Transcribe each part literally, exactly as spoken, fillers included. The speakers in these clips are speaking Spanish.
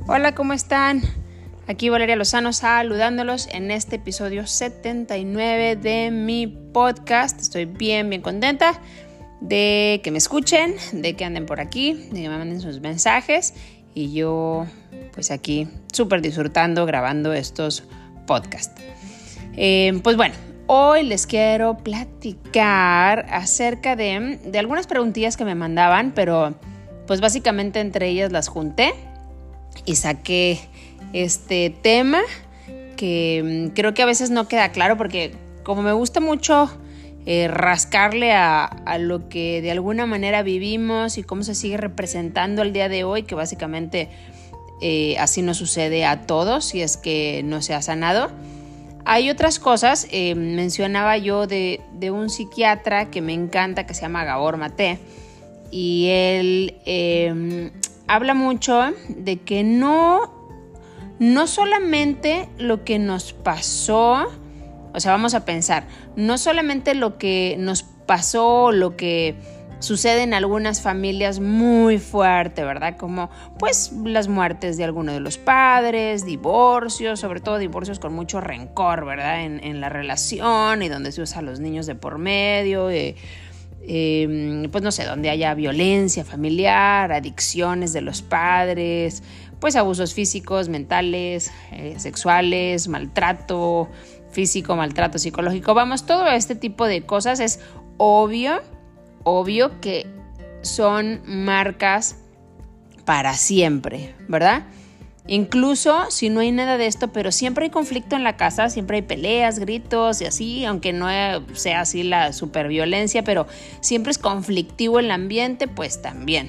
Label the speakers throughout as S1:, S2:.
S1: Hola, ¿cómo están? Aquí Valeria Lozano saludándolos en este episodio setenta y nueve de mi podcast. Estoy bien, bien contenta de que me escuchen, de que anden por aquí, de que me manden sus mensajes y yo pues aquí súper disfrutando grabando estos podcasts. Eh, pues bueno, hoy les quiero platicar acerca de, de algunas preguntillas que me mandaban, pero pues básicamente entre ellas las junté y saqué este tema que creo que a veces no queda claro porque como me gusta mucho eh, rascarle a, a lo que de alguna manera vivimos y cómo se sigue representando el día de hoy, que básicamente eh, así no sucede a todos si es que no se ha sanado. Hay otras cosas, eh, mencionaba yo de, de un psiquiatra que me encanta que se llama Gabor Maté y él eh, habla mucho de que no, no solamente lo que nos pasó, o sea, vamos a pensar, no solamente lo que nos pasó, lo que sucede en algunas familias muy fuerte, ¿verdad? Como pues las muertes de alguno de los padres, divorcios, sobre todo divorcios con mucho rencor, ¿verdad? En, en la relación y donde se usa a los niños de por medio, eh, eh, pues no sé, donde haya violencia familiar, adicciones de los padres, pues abusos físicos, mentales, eh, sexuales, maltrato físico, maltrato psicológico, vamos, todo este tipo de cosas es obvio, obvio que son marcas para siempre, ¿verdad? Incluso si no hay nada de esto, pero siempre hay conflicto en la casa, siempre hay peleas, gritos y así, aunque no sea así la superviolencia, pero siempre es conflictivo el ambiente, pues también.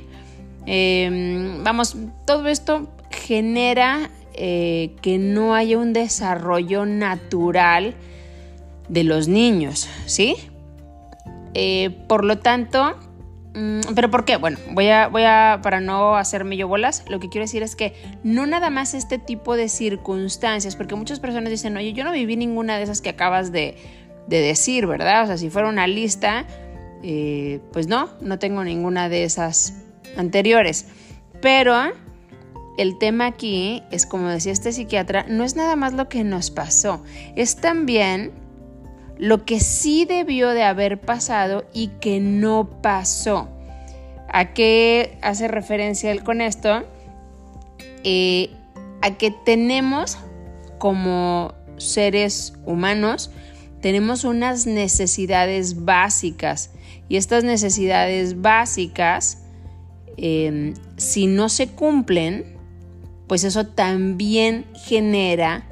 S1: Eh, vamos, todo esto genera eh, que no haya un desarrollo natural de los niños, ¿sí? Eh, por lo tanto, mmm, ¿pero por qué? Bueno, voy a, voy a, para no hacerme yo bolas, lo que quiero decir es que no nada más este tipo de circunstancias, porque muchas personas dicen, oye, yo no viví ninguna de esas que acabas de, de decir, ¿verdad? O sea, si fuera una lista, eh, pues no, no tengo ninguna de esas anteriores. Pero el tema aquí es, como decía este psiquiatra, no es nada más lo que nos pasó, es también lo que sí debió de haber pasado y que no pasó. ¿A qué hace referencia él con esto? Eh, a que tenemos como seres humanos, tenemos unas necesidades básicas y estas necesidades básicas, eh, si no se cumplen, pues eso también genera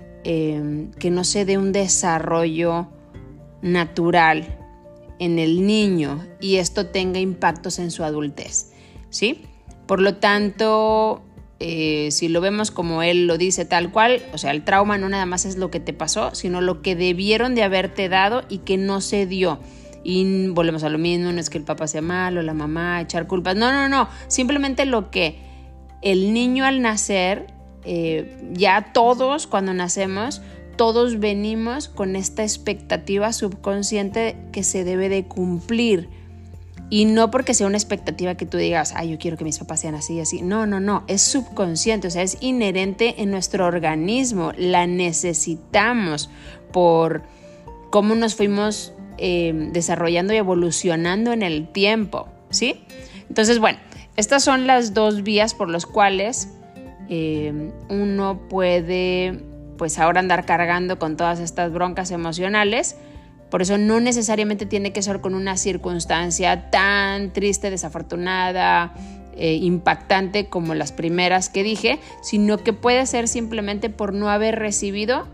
S1: Eh, que no se dé un desarrollo natural en el niño y esto tenga impactos en su adultez, ¿sí? Por lo tanto, eh, si lo vemos como él lo dice tal cual, o sea, el trauma no nada más es lo que te pasó, sino lo que debieron de haberte dado y que no se dio. Y volvemos a lo mismo, no es que el papá sea malo, la mamá, echar culpas, no, no, no, simplemente lo que el niño al nacer, Eh, ya todos cuando nacemos, todos venimos con esta expectativa subconsciente que se debe de cumplir y no porque sea una expectativa que tú digas, ay, yo quiero que mis papás sean así y así, no, no, no, es subconsciente, o sea, es inherente en nuestro organismo, la necesitamos por cómo nos fuimos eh, desarrollando y evolucionando en el tiempo, ¿sí? Entonces, bueno, estas son las dos vías por las cuales Eh, uno puede pues ahora andar cargando con todas estas broncas emocionales. Por eso no necesariamente tiene que ser con una circunstancia tan triste, desafortunada, eh, impactante como las primeras que dije, sino que puede ser simplemente por no haber recibido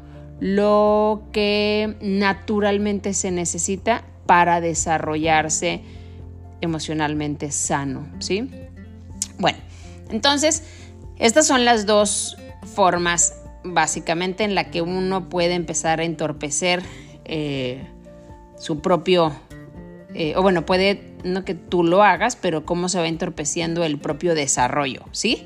S1: lo que naturalmente se necesita para desarrollarse emocionalmente sano, ¿sí? Bueno, entonces estas son las dos formas básicamente en la que uno puede empezar a entorpecer eh, su propio, eh, o bueno, puede, no que tú lo hagas, pero cómo se va entorpeciendo el propio desarrollo, ¿sí?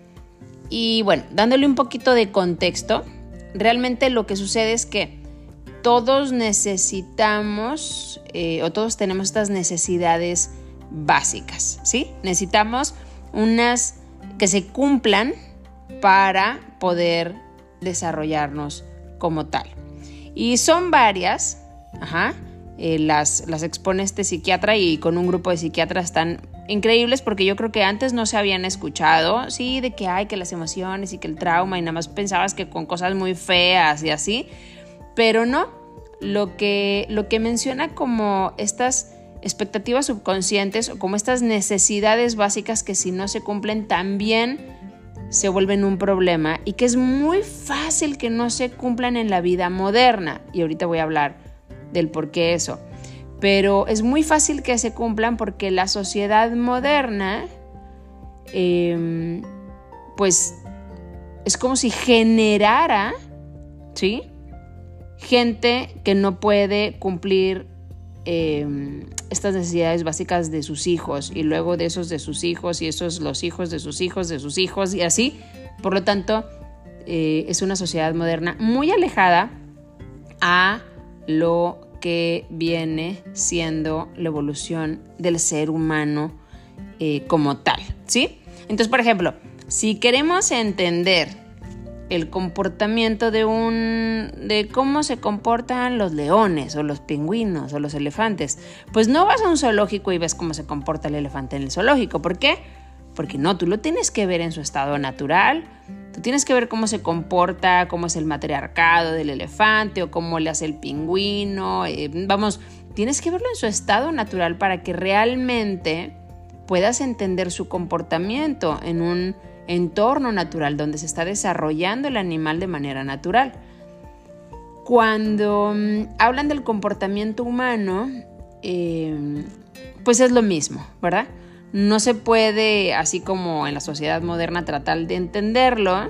S1: Y bueno, dándole un poquito de contexto, realmente lo que sucede es que todos necesitamos, eh, o todos tenemos estas necesidades básicas, ¿sí? Necesitamos unas que se cumplan para poder desarrollarnos como tal. Y son varias, ajá, eh, las, las expone este psiquiatra y con un grupo de psiquiatras están increíbles porque yo creo que antes no se habían escuchado, sí, de que hay que las emociones y que el trauma y nada más pensabas que con cosas muy feas y así, pero no, lo que, lo que menciona como estas expectativas subconscientes o como estas necesidades básicas que si no se cumplen también se vuelven un problema y que es muy fácil que no se cumplan en la vida moderna, y ahorita voy a hablar del por qué eso. Pero es muy fácil que se cumplan porque la sociedad moderna, eh, pues, es como si generara, ¿sí?, gente que no puede cumplir eh, estas necesidades básicas de sus hijos, y luego de esos de sus hijos, y esos los hijos de sus hijos, de sus hijos, y así. Por lo tanto, eh, es una sociedad moderna muy alejada a lo que viene siendo la evolución del ser humano eh, como tal, ¿sí? Entonces, por ejemplo, si queremos entender el comportamiento de un de cómo se comportan los leones o los pingüinos o los elefantes, pues no vas a un zoológico y ves cómo se comporta el elefante en el zoológico. ¿Por qué? Porque no, tú lo tienes que ver en su estado natural. Tú tienes que ver cómo se comporta, cómo es el matriarcado del elefante o cómo le hace el pingüino. Eh, vamos, tienes que verlo en su estado natural para que realmente puedas entender su comportamiento en un entorno natural donde se está desarrollando el animal de manera natural. Cuando um, hablan del comportamiento humano, eh, pues es lo mismo, ¿verdad? No se puede, así como en la sociedad moderna, tratar de entenderlo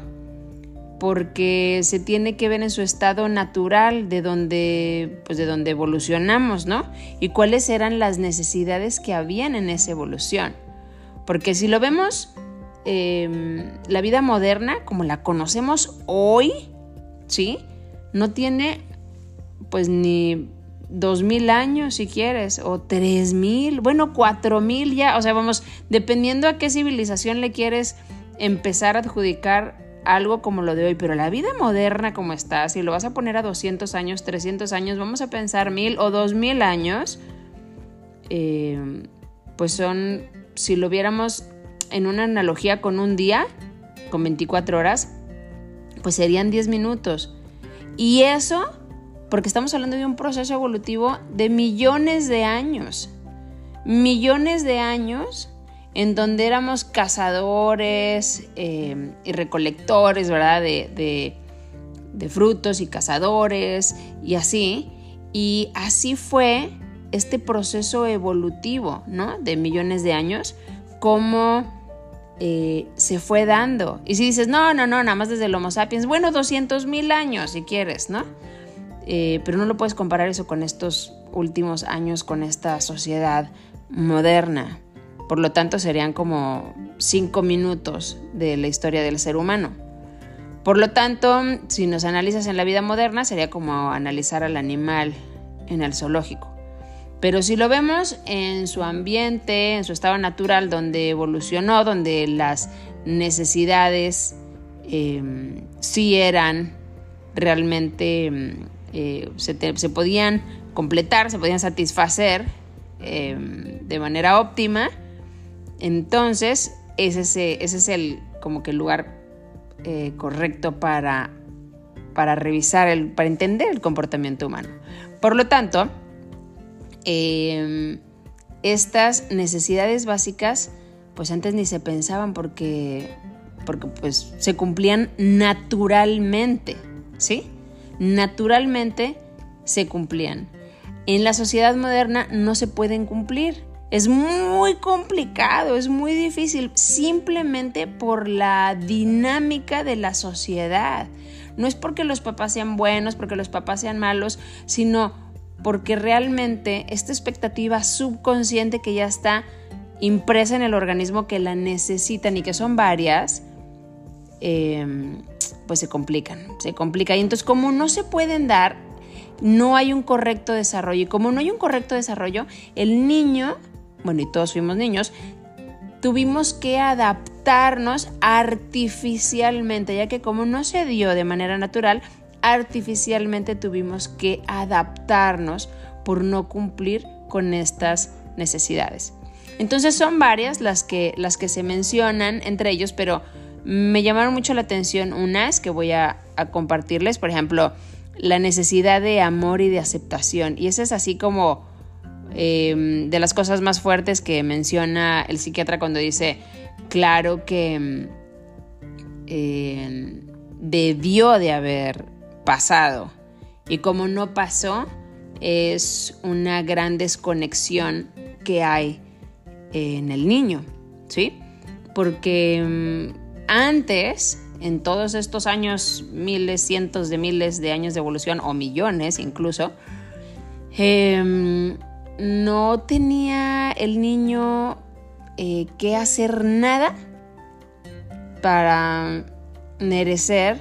S1: porque se tiene que ver en su estado natural de donde, pues de donde evolucionamos, ¿no? Y cuáles eran las necesidades que habían en esa evolución. Porque si lo vemos, eh, la vida moderna, como la conocemos hoy, ¿sí?, no tiene pues ni dos mil años si quieres, o tres mil, bueno, cuatro mil ya, o sea, vamos, dependiendo a qué civilización le quieres empezar a adjudicar algo como lo de hoy, pero la vida moderna como está, si lo vas a poner a doscientos años, trescientos años, vamos a pensar mil o dos mil años, eh, pues son, si lo viéramos en una analogía con un día, con veinticuatro horas, pues serían diez minutos. Y eso porque estamos hablando de un proceso evolutivo de millones de años. Millones de años en donde éramos cazadores eh, y recolectores, ¿verdad? De, de, de frutos y cazadores y así. Y así fue este proceso evolutivo, ¿no?, de millones de años, como eh, se fue dando. Y si dices, no, no, no, nada más desde el Homo sapiens, bueno, doscientos mil años si quieres, ¿no? Eh, pero no lo puedes comparar eso con estos últimos años, con esta sociedad moderna. Por lo tanto, serían como cinco minutos de la historia del ser humano. Por lo tanto, si nos analizas en la vida moderna, sería como analizar al animal en el zoológico. Pero si lo vemos en su ambiente, en su estado natural, donde evolucionó, donde las necesidades eh, sí eran realmente... Eh, se, te, se podían completar, se podían satisfacer eh, de manera óptima, entonces ese, ese, ese es el, como que el lugar eh, correcto para, para revisar, el, para entender el comportamiento humano. Por lo tanto, eh, estas necesidades básicas pues antes ni se pensaban porque, porque pues, se cumplían naturalmente, ¿sí? Naturalmente se cumplían. En la sociedad moderna no se pueden cumplir. Es muy complicado, es muy difícil, simplemente por la dinámica de la sociedad. No es porque los papás sean buenos, porque los papás sean malos, sino porque realmente esta expectativa subconsciente que ya está impresa en el organismo, que la necesitan y que son varias, eh, pues se complican, se complica. Y entonces, como no se pueden dar, no hay un correcto desarrollo. Y como no hay un correcto desarrollo, el niño, bueno, y todos fuimos niños, tuvimos que adaptar adaptarnos artificialmente, ya que como no se dio de manera natural, artificialmente tuvimos que adaptarnos por no cumplir con estas necesidades. Entonces son varias las que, las que se mencionan entre ellos, pero me llamaron mucho la atención unas que voy a, a compartirles. Por ejemplo, la necesidad de amor y de aceptación. Y esa es así como eh, de las cosas más fuertes que menciona el psiquiatra cuando dice, claro que eh, debió de haber pasado. Y como no pasó, es una gran desconexión que hay en el niño, ¿sí? Porque antes, en todos estos años, miles, cientos de miles de años de evolución, o millones incluso, eh, no tenía el niño eh, que hacer nada para merecer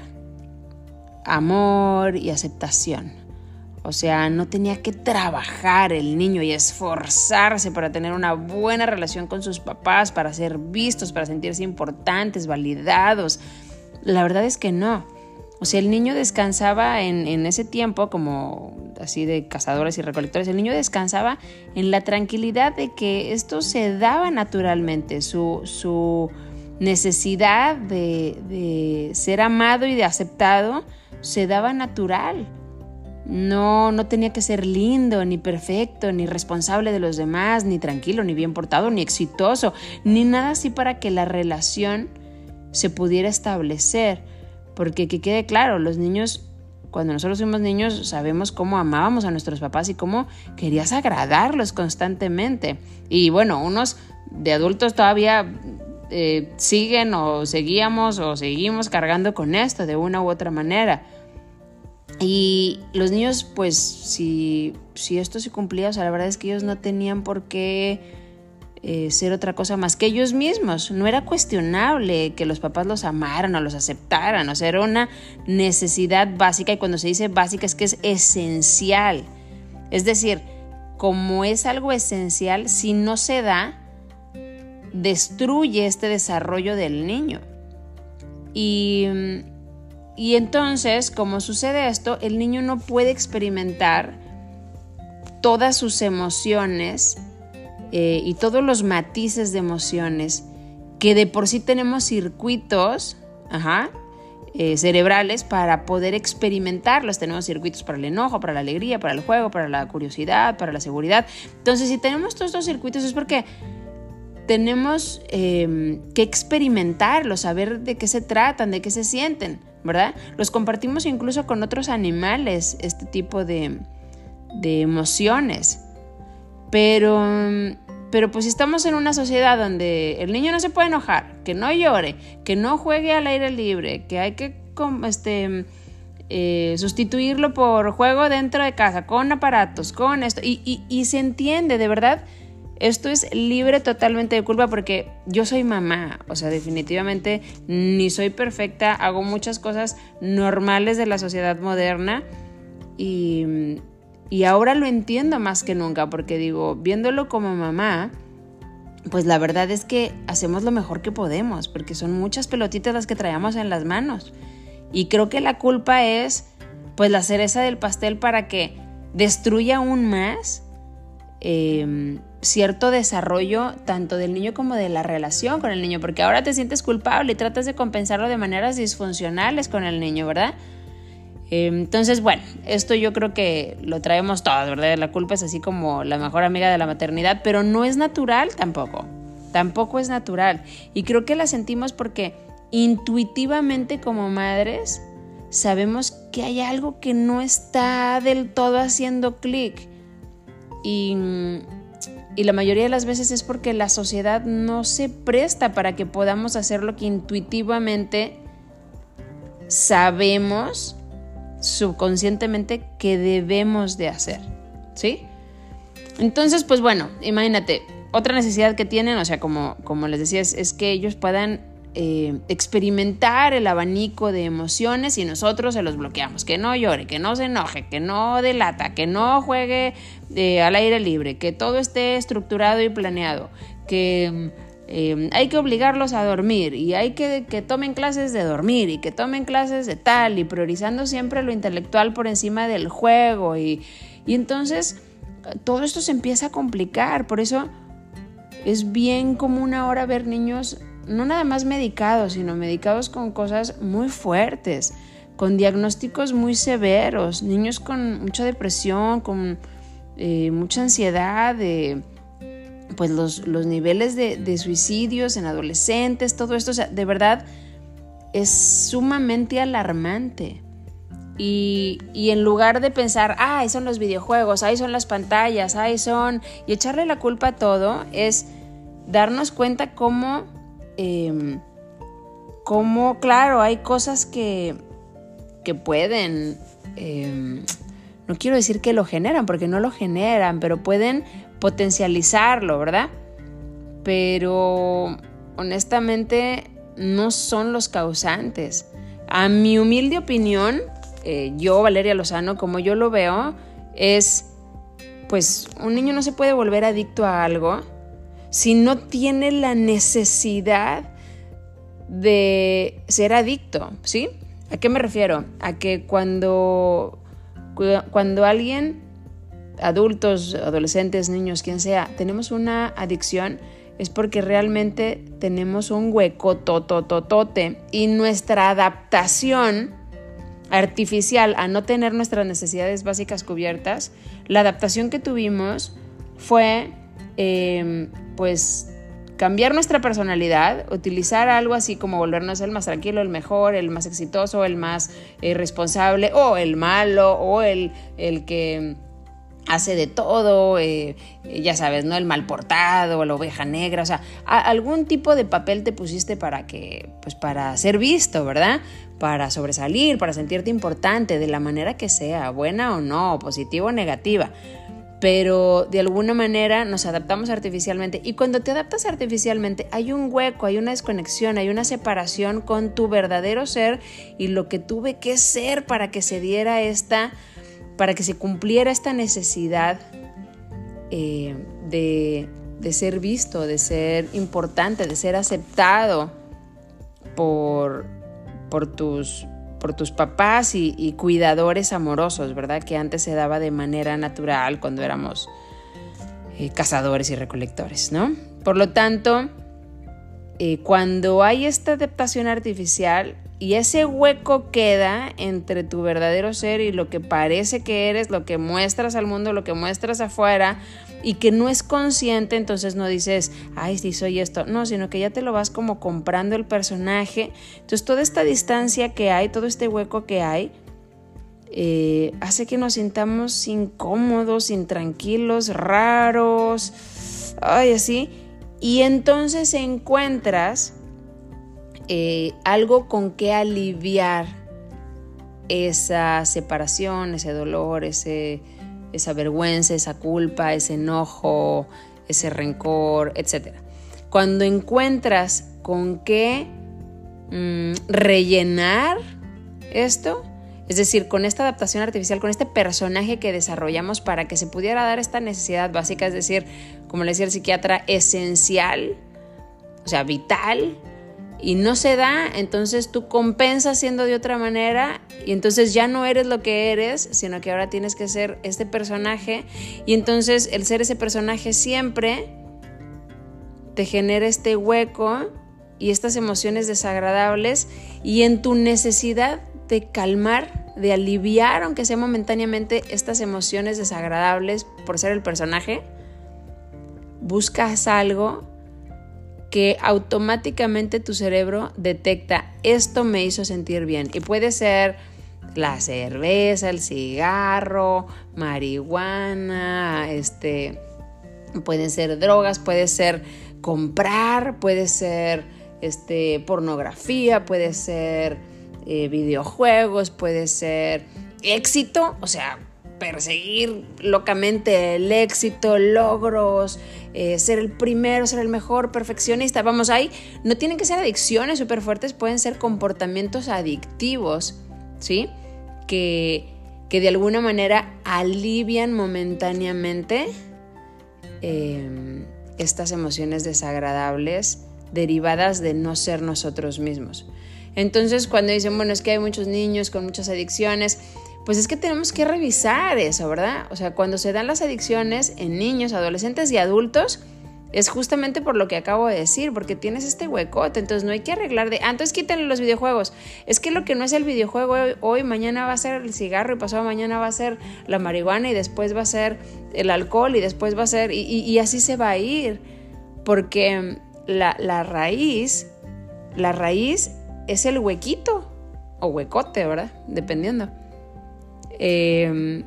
S1: amor y aceptación. O sea, no tenía que trabajar el niño y esforzarse para tener una buena relación con sus papás, para ser vistos, para sentirse importantes, validados. La verdad es que no. O sea, el niño descansaba en, en ese tiempo, como así de cazadores y recolectores, el niño descansaba en la tranquilidad de que esto se daba naturalmente, su, su necesidad de, de ser amado y de aceptado se daba natural. No, no tenía que ser lindo, ni perfecto, ni responsable de los demás, ni tranquilo, ni bien portado, ni exitoso, ni nada así para que la relación se pudiera establecer. Porque que quede claro, los niños, cuando nosotros fuimos niños, sabemos cómo amábamos a nuestros papás y cómo querías agradarlos constantemente. Y bueno, unos de adultos todavía eh, siguen o seguíamos o seguimos cargando con esto de una u otra manera. Y los niños, pues, si, si esto se cumplía, o sea, la verdad es que ellos no tenían por qué eh, ser otra cosa más que ellos mismos. No era cuestionable que los papás los amaran o los aceptaran. O sea, era una necesidad básica, y cuando se dice básica es que es esencial. Es decir, como es algo esencial, si no se da, destruye este desarrollo del niño. Y... Y entonces, como sucede esto, el niño no puede experimentar todas sus emociones eh, y todos los matices de emociones que de por sí tenemos circuitos ajá, eh, cerebrales para poder experimentarlos. Tenemos circuitos para el enojo, para la alegría, para el juego, para la curiosidad, para la seguridad. Entonces, si tenemos todos estos circuitos es porque tenemos eh, que experimentarlos, saber de qué se tratan, de qué se sienten, ¿verdad? Los compartimos incluso con otros animales, este tipo de, de emociones. Pero, pero pues si estamos en una sociedad donde el niño no se puede enojar, que no llore, que no juegue al aire libre, que hay que este, eh, sustituirlo por juego dentro de casa, con aparatos, con esto, y, y, y se entiende, de verdad. Esto es libre totalmente de culpa porque yo soy mamá, o sea, definitivamente ni soy perfecta, hago muchas cosas normales de la sociedad moderna y, y ahora lo entiendo más que nunca porque digo, viéndolo como mamá, pues la verdad es que hacemos lo mejor que podemos porque son muchas pelotitas las que traemos en las manos y creo que la culpa es pues la cereza del pastel para que destruya aún más eh, cierto desarrollo tanto del niño como de la relación con el niño, porque ahora te sientes culpable y tratas de compensarlo de maneras disfuncionales con el niño, ¿verdad? Eh, entonces, bueno, esto yo creo que lo traemos todos, ¿verdad? La culpa es así como la mejor amiga de la maternidad, pero no es natural tampoco, tampoco es natural. Y creo que la sentimos porque intuitivamente como madres sabemos que hay algo que no está del todo haciendo clic y... Y la mayoría de las veces es porque la sociedad no se presta para que podamos hacer lo que intuitivamente sabemos subconscientemente que debemos de hacer, ¿sí? Entonces, pues bueno, imagínate, otra necesidad que tienen, o sea, como, como les decía, es, es que ellos puedan eh, experimentar el abanico de emociones y nosotros se los bloqueamos, que no llore, que no se enoje, que no delata, que no juegue eh, al aire libre, que todo esté estructurado y planeado, que eh, hay que obligarlos a dormir y hay que que tomen clases de dormir y que tomen clases de tal, y priorizando siempre lo intelectual por encima del juego, y, y entonces todo esto se empieza a complicar. Por eso es bien común ahora ver niños no nada más medicados, sino medicados con cosas muy fuertes, con diagnósticos muy severos, niños con mucha depresión, con eh, mucha ansiedad, eh, pues los, los niveles de, de suicidios en adolescentes, todo esto, o sea, de verdad es sumamente alarmante. Y, y en lugar de pensar, ah, ahí son los videojuegos, ahí son las pantallas, ahí son, y echarle la culpa a todo, es darnos cuenta cómo, eh, cómo claro, hay cosas que, que pueden, eh, no quiero decir que lo generan, porque no lo generan, pero pueden potencializarlo, ¿verdad? Pero honestamente no son los causantes. A mi humilde opinión, eh, yo, Valeria Lozano, como yo lo veo, es, pues, un niño no se puede volver adicto a algo si no tiene la necesidad de ser adicto, ¿sí? ¿A qué me refiero? A que cuando, cuando alguien, adultos, adolescentes, niños, quien sea, tenemos una adicción, es porque realmente tenemos un hueco totototote y nuestra adaptación artificial a no tener nuestras necesidades básicas cubiertas, la adaptación que tuvimos fue eh, pues cambiar nuestra personalidad, utilizar algo así como volvernos el más tranquilo, el mejor, el más exitoso, el más eh, responsable, o el malo, o el, el que hace de todo, eh, ya sabes, ¿no? El mal portado, la oveja negra, o sea, a, algún tipo de papel te pusiste para que, pues para ser visto, ¿verdad? Para sobresalir, para sentirte importante, de la manera que sea, buena o no, positiva o negativa. Pero de alguna manera nos adaptamos artificialmente, y cuando te adaptas artificialmente hay un hueco, hay una desconexión, hay una separación con tu verdadero ser y lo que tuve que ser para que se diera esta, para que se cumpliera esta necesidad eh, de, de ser visto, de ser importante, de ser aceptado por, por tus por tus papás y, y cuidadores amorosos, ¿verdad? Que antes se daba de manera natural cuando éramos eh, cazadores y recolectores, ¿no? Por lo tanto, eh, cuando hay esta adaptación artificial y ese hueco queda entre tu verdadero ser y lo que parece que eres, lo que muestras al mundo, lo que muestras afuera, y que no es consciente, entonces no dices, ay, sí soy esto, no, sino que ya te lo vas como comprando el personaje. Entonces toda esta distancia que hay, todo este hueco que hay, eh, hace que nos sintamos incómodos, intranquilos, raros, ay, así, y entonces encuentras eh, algo con que aliviar esa separación, ese dolor, ese... esa vergüenza, esa culpa, ese enojo, ese rencor, etcétera. Cuando encuentras con qué mmm, rellenar esto, es decir, con esta adaptación artificial, con este personaje que desarrollamos para que se pudiera dar esta necesidad básica, es decir, como le decía el psiquiatra, esencial, o sea, vital, y no se da, entonces tú compensas siendo de otra manera y entonces ya no eres lo que eres, sino que ahora tienes que ser este personaje, y entonces el ser ese personaje siempre te genera este hueco y estas emociones desagradables, y en tu necesidad de calmar, de aliviar, aunque sea momentáneamente, estas emociones desagradables por ser el personaje, buscas algo que automáticamente tu cerebro detecta, esto me hizo sentir bien. Y puede ser la cerveza, el cigarro, marihuana, este, pueden ser drogas, puede ser comprar, puede ser este, pornografía, puede ser eh, videojuegos, puede ser éxito, o sea, perseguir locamente el éxito, logros, eh, ser el primero, ser el mejor, perfeccionista. Vamos, ahí no tienen que ser adicciones súper fuertes, pueden ser comportamientos adictivos, ¿sí? Que, que de alguna manera alivian momentáneamente eh, estas emociones desagradables derivadas de no ser nosotros mismos. Entonces, cuando dicen, bueno, es que hay muchos niños con muchas adicciones, pues es que tenemos que revisar eso, ¿verdad? O sea, cuando se dan las adicciones en niños, adolescentes y adultos, es justamente por lo que acabo de decir, porque tienes este huecote, entonces no hay que arreglar de, ah, entonces quítenle los videojuegos. Es que lo que no es el videojuego hoy, hoy, mañana va a ser el cigarro y pasado mañana va a ser la marihuana y después va a ser el alcohol y después va a ser, y, y, y así se va a ir, porque la, la raíz, la raíz es el huequito o huecote, ¿verdad? Dependiendo. Eh,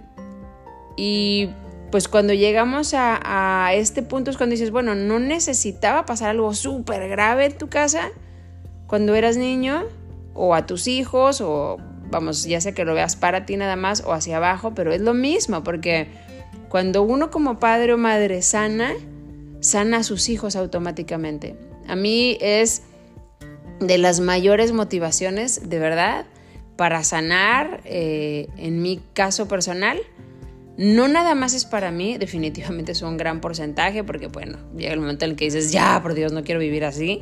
S1: y pues cuando llegamos a, a este punto es cuando dices, bueno, no necesitaba pasar algo súper grave en tu casa cuando eras niño, o a tus hijos, o vamos, ya sea que lo veas para ti nada más o hacia abajo, pero es lo mismo, porque cuando uno como padre o madre sana, sana a sus hijos automáticamente. A mí es de las mayores motivaciones, de verdad, para sanar, eh, en mi caso personal. No nada más es para mí, definitivamente es un gran porcentaje, porque bueno, llega el momento en el que dices, ya, por Dios, no quiero vivir así,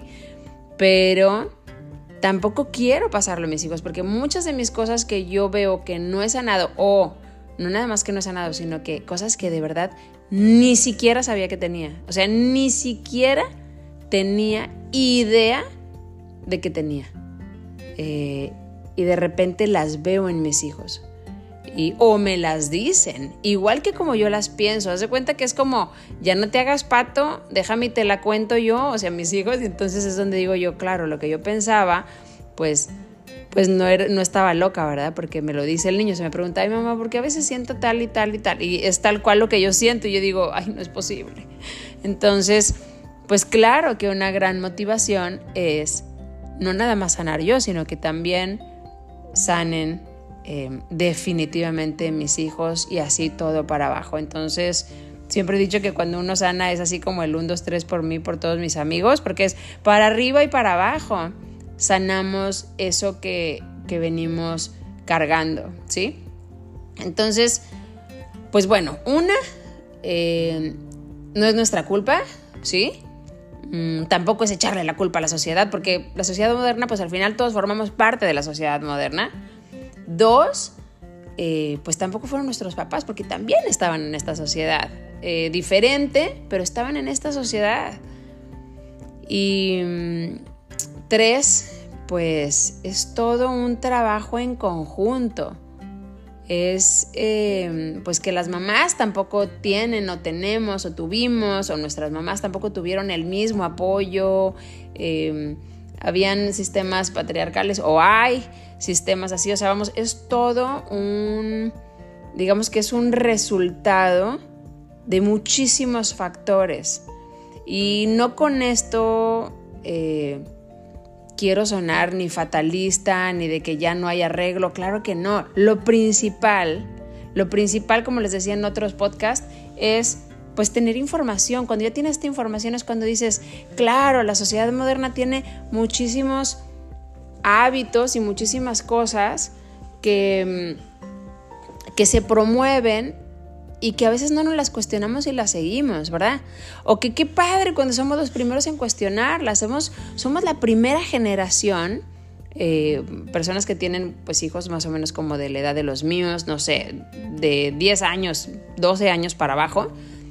S1: pero tampoco quiero pasarlo a mis hijos, porque muchas de mis cosas que yo veo que no he sanado, o no nada más que no he sanado, sino que cosas que de verdad ni siquiera sabía que tenía, o sea, ni siquiera tenía idea de que tenía, eh, y de repente las veo en mis hijos. Y, o me las dicen, igual que como yo las pienso. Haz de cuenta que es como, ya no te hagas pato, déjame y te la cuento yo, o sea, mis hijos, y entonces es donde digo yo, claro, lo que yo pensaba, pues, pues no, era, no estaba loca, ¿verdad? Porque me lo dice el niño, se me pregunta, ay mamá, ¿por qué a veces siento tal y tal y tal? Y es tal cual lo que yo siento, y yo digo, ay, no es posible. Entonces, pues claro que una gran motivación es no nada más sanar yo, sino que también sanen Eh, definitivamente mis hijos, y así todo para abajo. Entonces siempre he dicho que cuando uno sana es así como el uno, dos, tres por mí, por todos mis amigos, porque es para arriba y para abajo, sanamos eso que, que venimos cargando, ¿sí? Entonces, pues bueno, una, eh, no es nuestra culpa, ¿sí? Mm, tampoco es echarle la culpa a la sociedad, porque la sociedad moderna, pues al final todos formamos parte de la sociedad moderna. Dos, eh, pues tampoco fueron nuestros papás, porque también estaban en esta sociedad, eh, diferente, pero estaban en esta sociedad. Y mm, tres, pues es todo un trabajo en conjunto. Es eh, pues que las mamás tampoco tienen o tenemos o tuvimos, o nuestras mamás tampoco tuvieron el mismo apoyo. Eh, habían sistemas patriarcales, o hay sistemas así, o sea, vamos, es todo un, digamos que es un resultado de muchísimos factores. Y no con esto eh, quiero sonar ni fatalista, ni de que ya no hay arreglo, claro que no. Lo principal, lo principal, como les decía en otros podcasts, es pues tener información. Cuando ya tienes esta información es cuando dices, claro, la sociedad moderna tiene muchísimos hábitos y muchísimas cosas que, que se promueven y que a veces no nos las cuestionamos y las seguimos, ¿verdad? O que qué padre cuando somos los primeros en cuestionarlas. Somos, somos la primera generación, eh, personas que tienen pues hijos más o menos como de la edad de los míos, no sé, de diez años, doce años para abajo.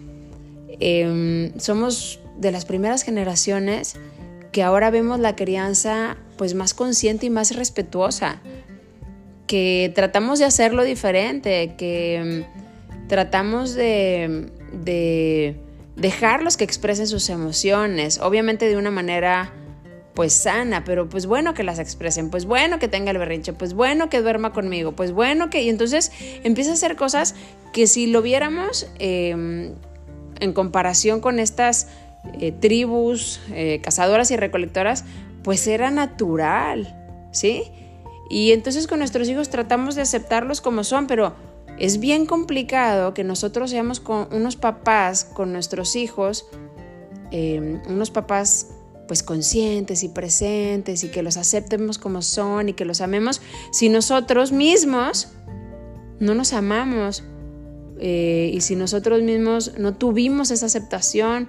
S1: Eh, somos de las primeras generaciones que ahora vemos la crianza pues más consciente y más respetuosa, que tratamos de hacerlo diferente, que tratamos de, de dejarlos que expresen sus emociones, obviamente de una manera pues sana, pero pues bueno que las expresen, pues bueno que tenga el berrinche, pues bueno que duerma conmigo, pues bueno que... Y entonces empieza a hacer cosas que si lo viéramos eh, en comparación con estas eh, tribus eh, cazadoras y recolectoras, pues era natural, ¿sí? Y entonces con nuestros hijos tratamos de aceptarlos como son, pero es bien complicado que nosotros seamos con unos papás con nuestros hijos, eh, unos papás pues conscientes y presentes, y que los aceptemos como son y que los amemos, si nosotros mismos no nos amamos, eh, y si nosotros mismos no tuvimos esa aceptación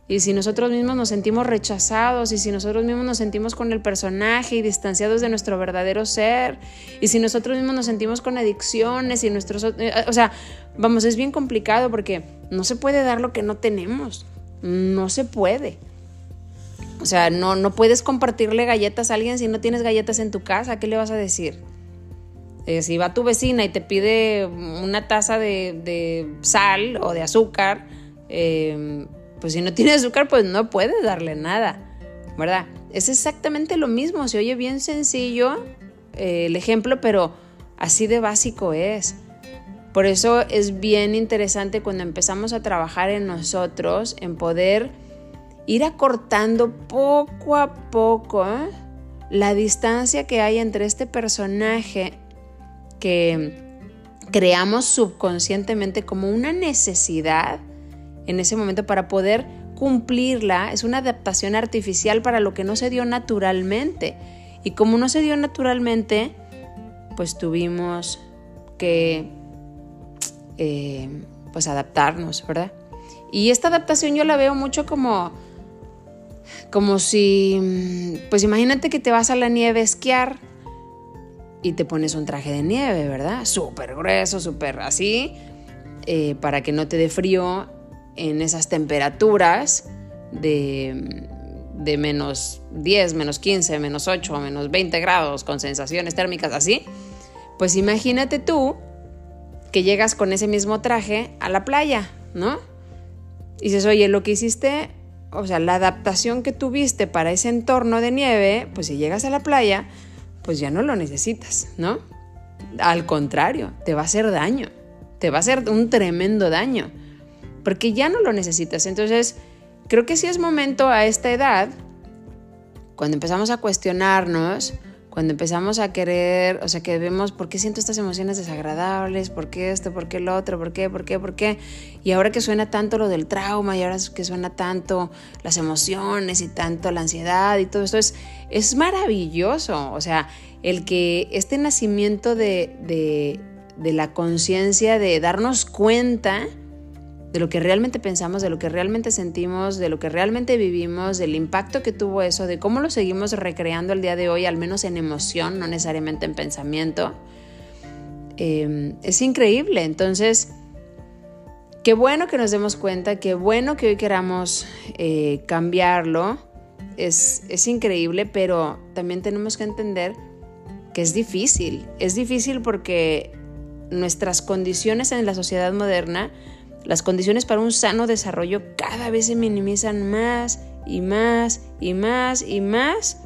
S1: y si nosotros mismos nos sentimos rechazados, y si nosotros mismos nos sentimos con el personaje y distanciados de nuestro verdadero ser, y si nosotros mismos nos sentimos con adicciones y nuestros, o sea, vamos, es bien complicado porque no se puede dar lo que no tenemos, no se puede. O sea, no, no puedes compartirle galletas a alguien si no tienes galletas en tu casa. ¿Qué le vas a decir? Eh, si va tu vecina y te pide una taza de, de sal o de azúcar, eh, pues si no tiene azúcar, pues no puedes darle nada, ¿verdad? Es exactamente lo mismo. Se oye bien sencillo eh, el ejemplo, pero así de básico es. Por eso es bien interesante cuando empezamos a trabajar en nosotros, en poder ir acortando poco a poco ¿eh? la distancia que hay entre este personaje que creamos subconscientemente como una necesidad en ese momento para poder cumplirla. Es una adaptación artificial para lo que no se dio naturalmente. Y como no se dio naturalmente, pues tuvimos que eh, pues adaptarnos, ¿verdad? Y esta adaptación yo la veo mucho como, como si, pues imagínate que te vas a la nieve a esquiar y te pones un traje de nieve, ¿verdad? Súper grueso, súper así, eh, para que no te dé frío en esas temperaturas de, de menos diez, menos quince, menos ocho, menos veinte grados, con sensaciones térmicas así. Pues imagínate tú que llegas con ese mismo traje a la playa, ¿no? Y dices, oye, lo que hiciste, o sea, la adaptación que tuviste para ese entorno de nieve, pues si llegas a la playa, pues ya no lo necesitas, ¿no? Al contrario, te va a hacer daño, te va a hacer un tremendo daño, porque ya no lo necesitas. Entonces, creo que sí es momento a esta edad, cuando empezamos a cuestionarnos, cuando empezamos a querer, o sea, que vemos por qué siento estas emociones desagradables, por qué esto, por qué lo otro, por qué, por qué, por qué, y ahora que suena tanto lo del trauma, y ahora que suena tanto las emociones y tanto la ansiedad y todo esto, es, es maravilloso. O sea, el que este nacimiento de, de, de la conciencia, de darnos cuenta de lo que realmente pensamos, de lo que realmente sentimos, de lo que realmente vivimos, del impacto que tuvo eso, de cómo lo seguimos recreando el día de hoy, al menos en emoción, no necesariamente en pensamiento, eh, es increíble. Entonces, qué bueno que nos demos cuenta, qué bueno que hoy queramos eh, cambiarlo, es, es increíble, pero también tenemos que entender que es difícil, es difícil porque nuestras condiciones en la sociedad moderna, las condiciones para un sano desarrollo cada vez se minimizan más y más y más y más.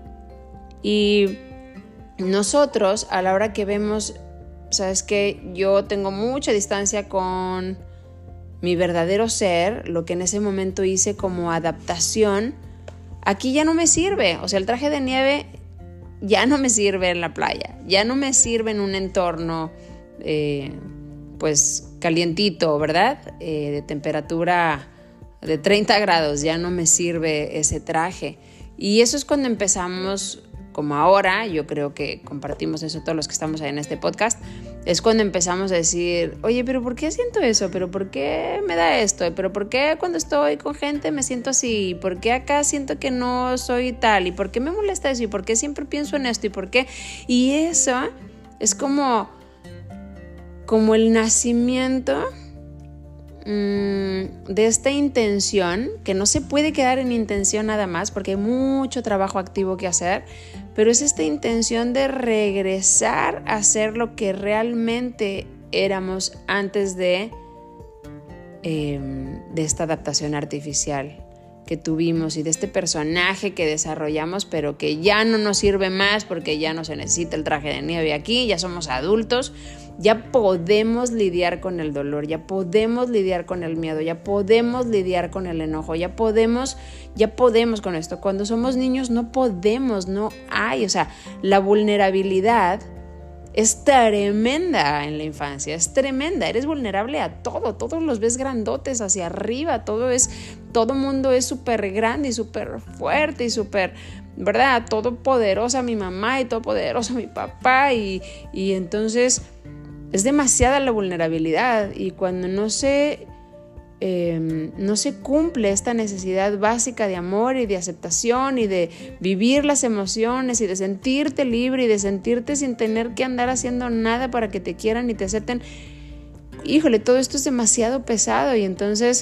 S1: Y nosotros, a la hora que vemos, sabes que yo tengo mucha distancia con mi verdadero ser, lo que en ese momento hice como adaptación, aquí ya no me sirve. O sea, el traje de nieve ya no me sirve en la playa, ya no me sirve en un entorno eh, pues calientito, ¿verdad? Eh, de temperatura de treinta grados, ya no me sirve ese traje. Y eso es cuando empezamos, como ahora, yo creo que compartimos eso todos los que estamos ahí en este podcast, es cuando empezamos a decir, oye, pero ¿por qué siento eso? ¿Pero por qué me da esto? ¿Pero por qué cuando estoy con gente me siento así? ¿Por qué acá siento que no soy tal? ¿Y por qué me molesta eso? ¿Y por qué siempre pienso en esto? ¿Y por qué? Y eso es como... como el nacimiento mmm, de esta intención, que no se puede quedar en intención nada más, porque hay mucho trabajo activo que hacer, pero es esta intención de regresar a ser lo que realmente éramos antes de, eh, de esta adaptación artificial que tuvimos y de este personaje que desarrollamos, pero que ya no nos sirve más porque ya no se necesita el traje de nieve aquí, ya somos adultos. Ya podemos lidiar con el dolor, ya podemos lidiar con el miedo, ya podemos lidiar con el enojo, ya podemos, ya podemos con esto. Cuando somos niños no podemos, no hay, o sea, la vulnerabilidad es tremenda en la infancia, es tremenda, eres vulnerable a todo, todos los ves grandotes hacia arriba, todo es, todo mundo es súper grande y súper fuerte y súper, ¿verdad? Todopoderosa mi mamá y todopoderosa mi papá y, y entonces... es demasiada la vulnerabilidad y cuando no se eh, no se cumple esta necesidad básica de amor y de aceptación y de vivir las emociones y de sentirte libre y de sentirte sin tener que andar haciendo nada para que te quieran y te acepten, híjole, todo esto es demasiado pesado y entonces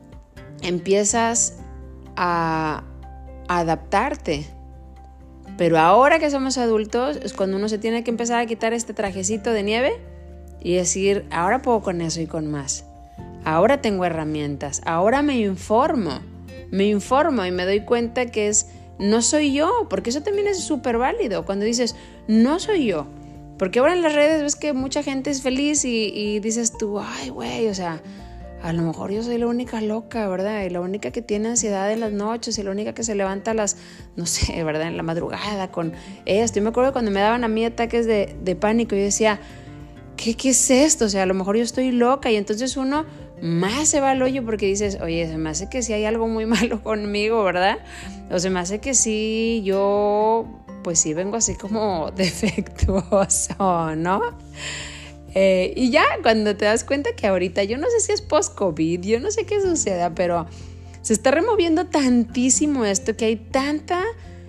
S1: empiezas a, a adaptarte. Pero ahora que somos adultos es cuando uno se tiene que empezar a quitar este trajecito de nieve y decir, ahora puedo con eso y con más. Ahora tengo herramientas, ahora me informo, me informo y me doy cuenta que es, no soy yo, porque eso también es súper válido. Cuando dices, no soy yo, porque ahora en las redes ves que mucha gente es feliz y, y dices tú, ay güey, o sea, a lo mejor yo soy la única loca, ¿verdad? Y la única que tiene ansiedad en las noches y la única que se levanta a las, no sé, ¿verdad? En la madrugada con esto. Yo me acuerdo cuando me daban a mí ataques de, de pánico, yo decía, ¿qué, ¿qué es esto? O sea, a lo mejor yo estoy loca y entonces uno más se va al hoyo porque dices, oye, se me hace que sí hay algo muy malo conmigo, ¿verdad? O se me hace que sí, yo, pues sí vengo así como defectuoso, ¿no? Eh, y ya cuando te das cuenta que ahorita, yo no sé si es post-COVID, yo no sé qué suceda, pero se está removiendo tantísimo esto, que hay tanta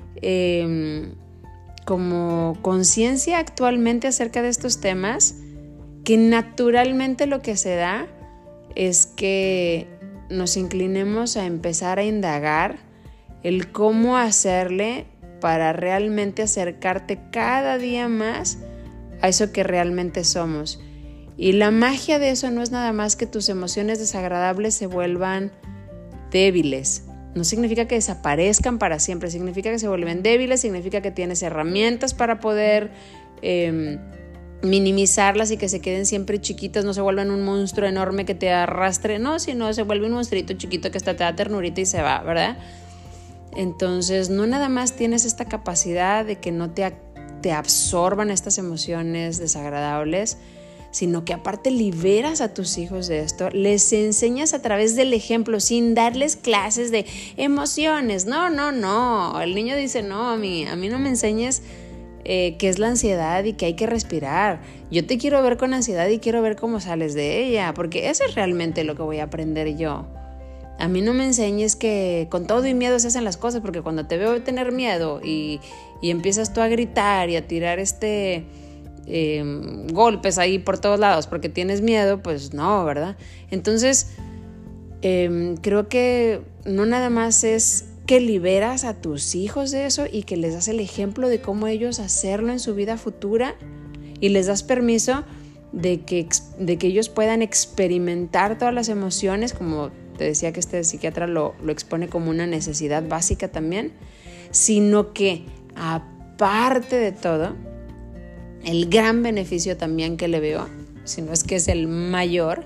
S1: eh, como conciencia actualmente acerca de estos temas, que naturalmente lo que se da es que nos inclinemos a empezar a indagar el cómo hacerle para realmente acercarte cada día más a eso que realmente somos. Y la magia de eso no es nada más que tus emociones desagradables se vuelvan débiles. No significa que desaparezcan para siempre, significa que se vuelven débiles, significa que tienes herramientas para poder eh, minimizarlas y que se queden siempre chiquitas, no se vuelvan un monstruo enorme que te arrastre, no, sino se vuelve un monstruito chiquito que hasta te da ternurita y se va, ¿verdad? Entonces, no nada más tienes esta capacidad de que no te, te absorban estas emociones desagradables, sino que aparte liberas a tus hijos de esto, les enseñas a través del ejemplo, sin darles clases de emociones. No, no, no. El niño dice, no, a mí, a mí no me enseñes eh, qué es la ansiedad y que hay que respirar. Yo te quiero ver con ansiedad y quiero ver cómo sales de ella, porque eso es realmente lo que voy a aprender yo. A mí no me enseñes que con todo y miedo se hacen las cosas, porque cuando te veo tener miedo y, y empiezas tú a gritar y a tirar este... Eh, golpes ahí por todos lados porque tienes miedo, pues no, ¿verdad? Entonces eh, creo que no nada más es que liberas a tus hijos de eso y que les das el ejemplo de cómo ellos hacerlo en su vida futura y les das permiso de que, de que ellos puedan experimentar todas las emociones, como te decía que este psiquiatra lo, lo expone como una necesidad básica también, sino que aparte de todo, el gran beneficio también que le veo, si no es que es el mayor,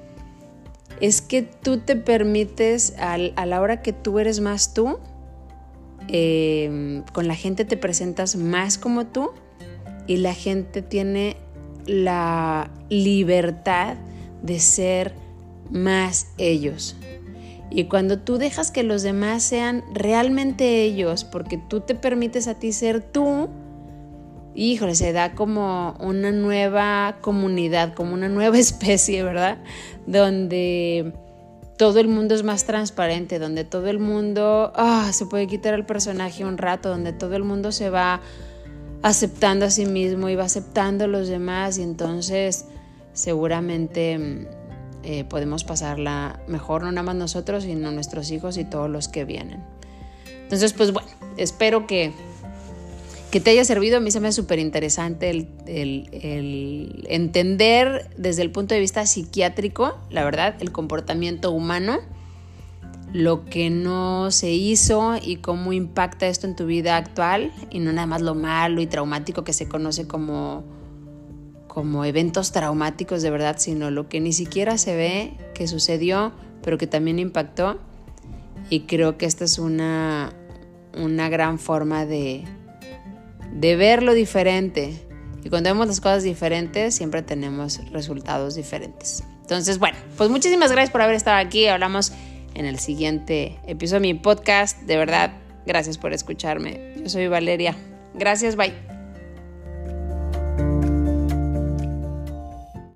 S1: es que tú te permites, al, a la hora que tú eres más tú, eh, con la gente te presentas más como tú y la gente tiene la libertad de ser más ellos. Y cuando tú dejas que los demás sean realmente ellos, porque tú te permites a ti ser tú, híjole, se da como una nueva comunidad, como una nueva especie, ¿verdad? Donde todo el mundo es más transparente, donde todo el mundo ah, se puede quitar el personaje un rato, donde todo el mundo se va aceptando a sí mismo y va aceptando a los demás, y entonces seguramente eh, podemos pasarla mejor, no nada más nosotros, sino nuestros hijos y todos los que vienen. Entonces, pues bueno, espero que que te haya servido. A mí se me hace súper interesante el, el, el entender desde el punto de vista psiquiátrico, la verdad, el comportamiento humano, lo que no se hizo y cómo impacta esto en tu vida actual, y no nada más lo malo y traumático que se conoce como, como eventos traumáticos de verdad, sino lo que ni siquiera se ve, que sucedió, pero que también impactó. Y creo que esta es una, una gran forma de de verlo diferente, y cuando vemos las cosas diferentes siempre tenemos resultados diferentes. Entonces, bueno, pues muchísimas gracias por haber estado aquí. Hablamos en el siguiente episodio de mi podcast. De verdad, gracias por escucharme. Yo soy Valeria. Gracias, bye.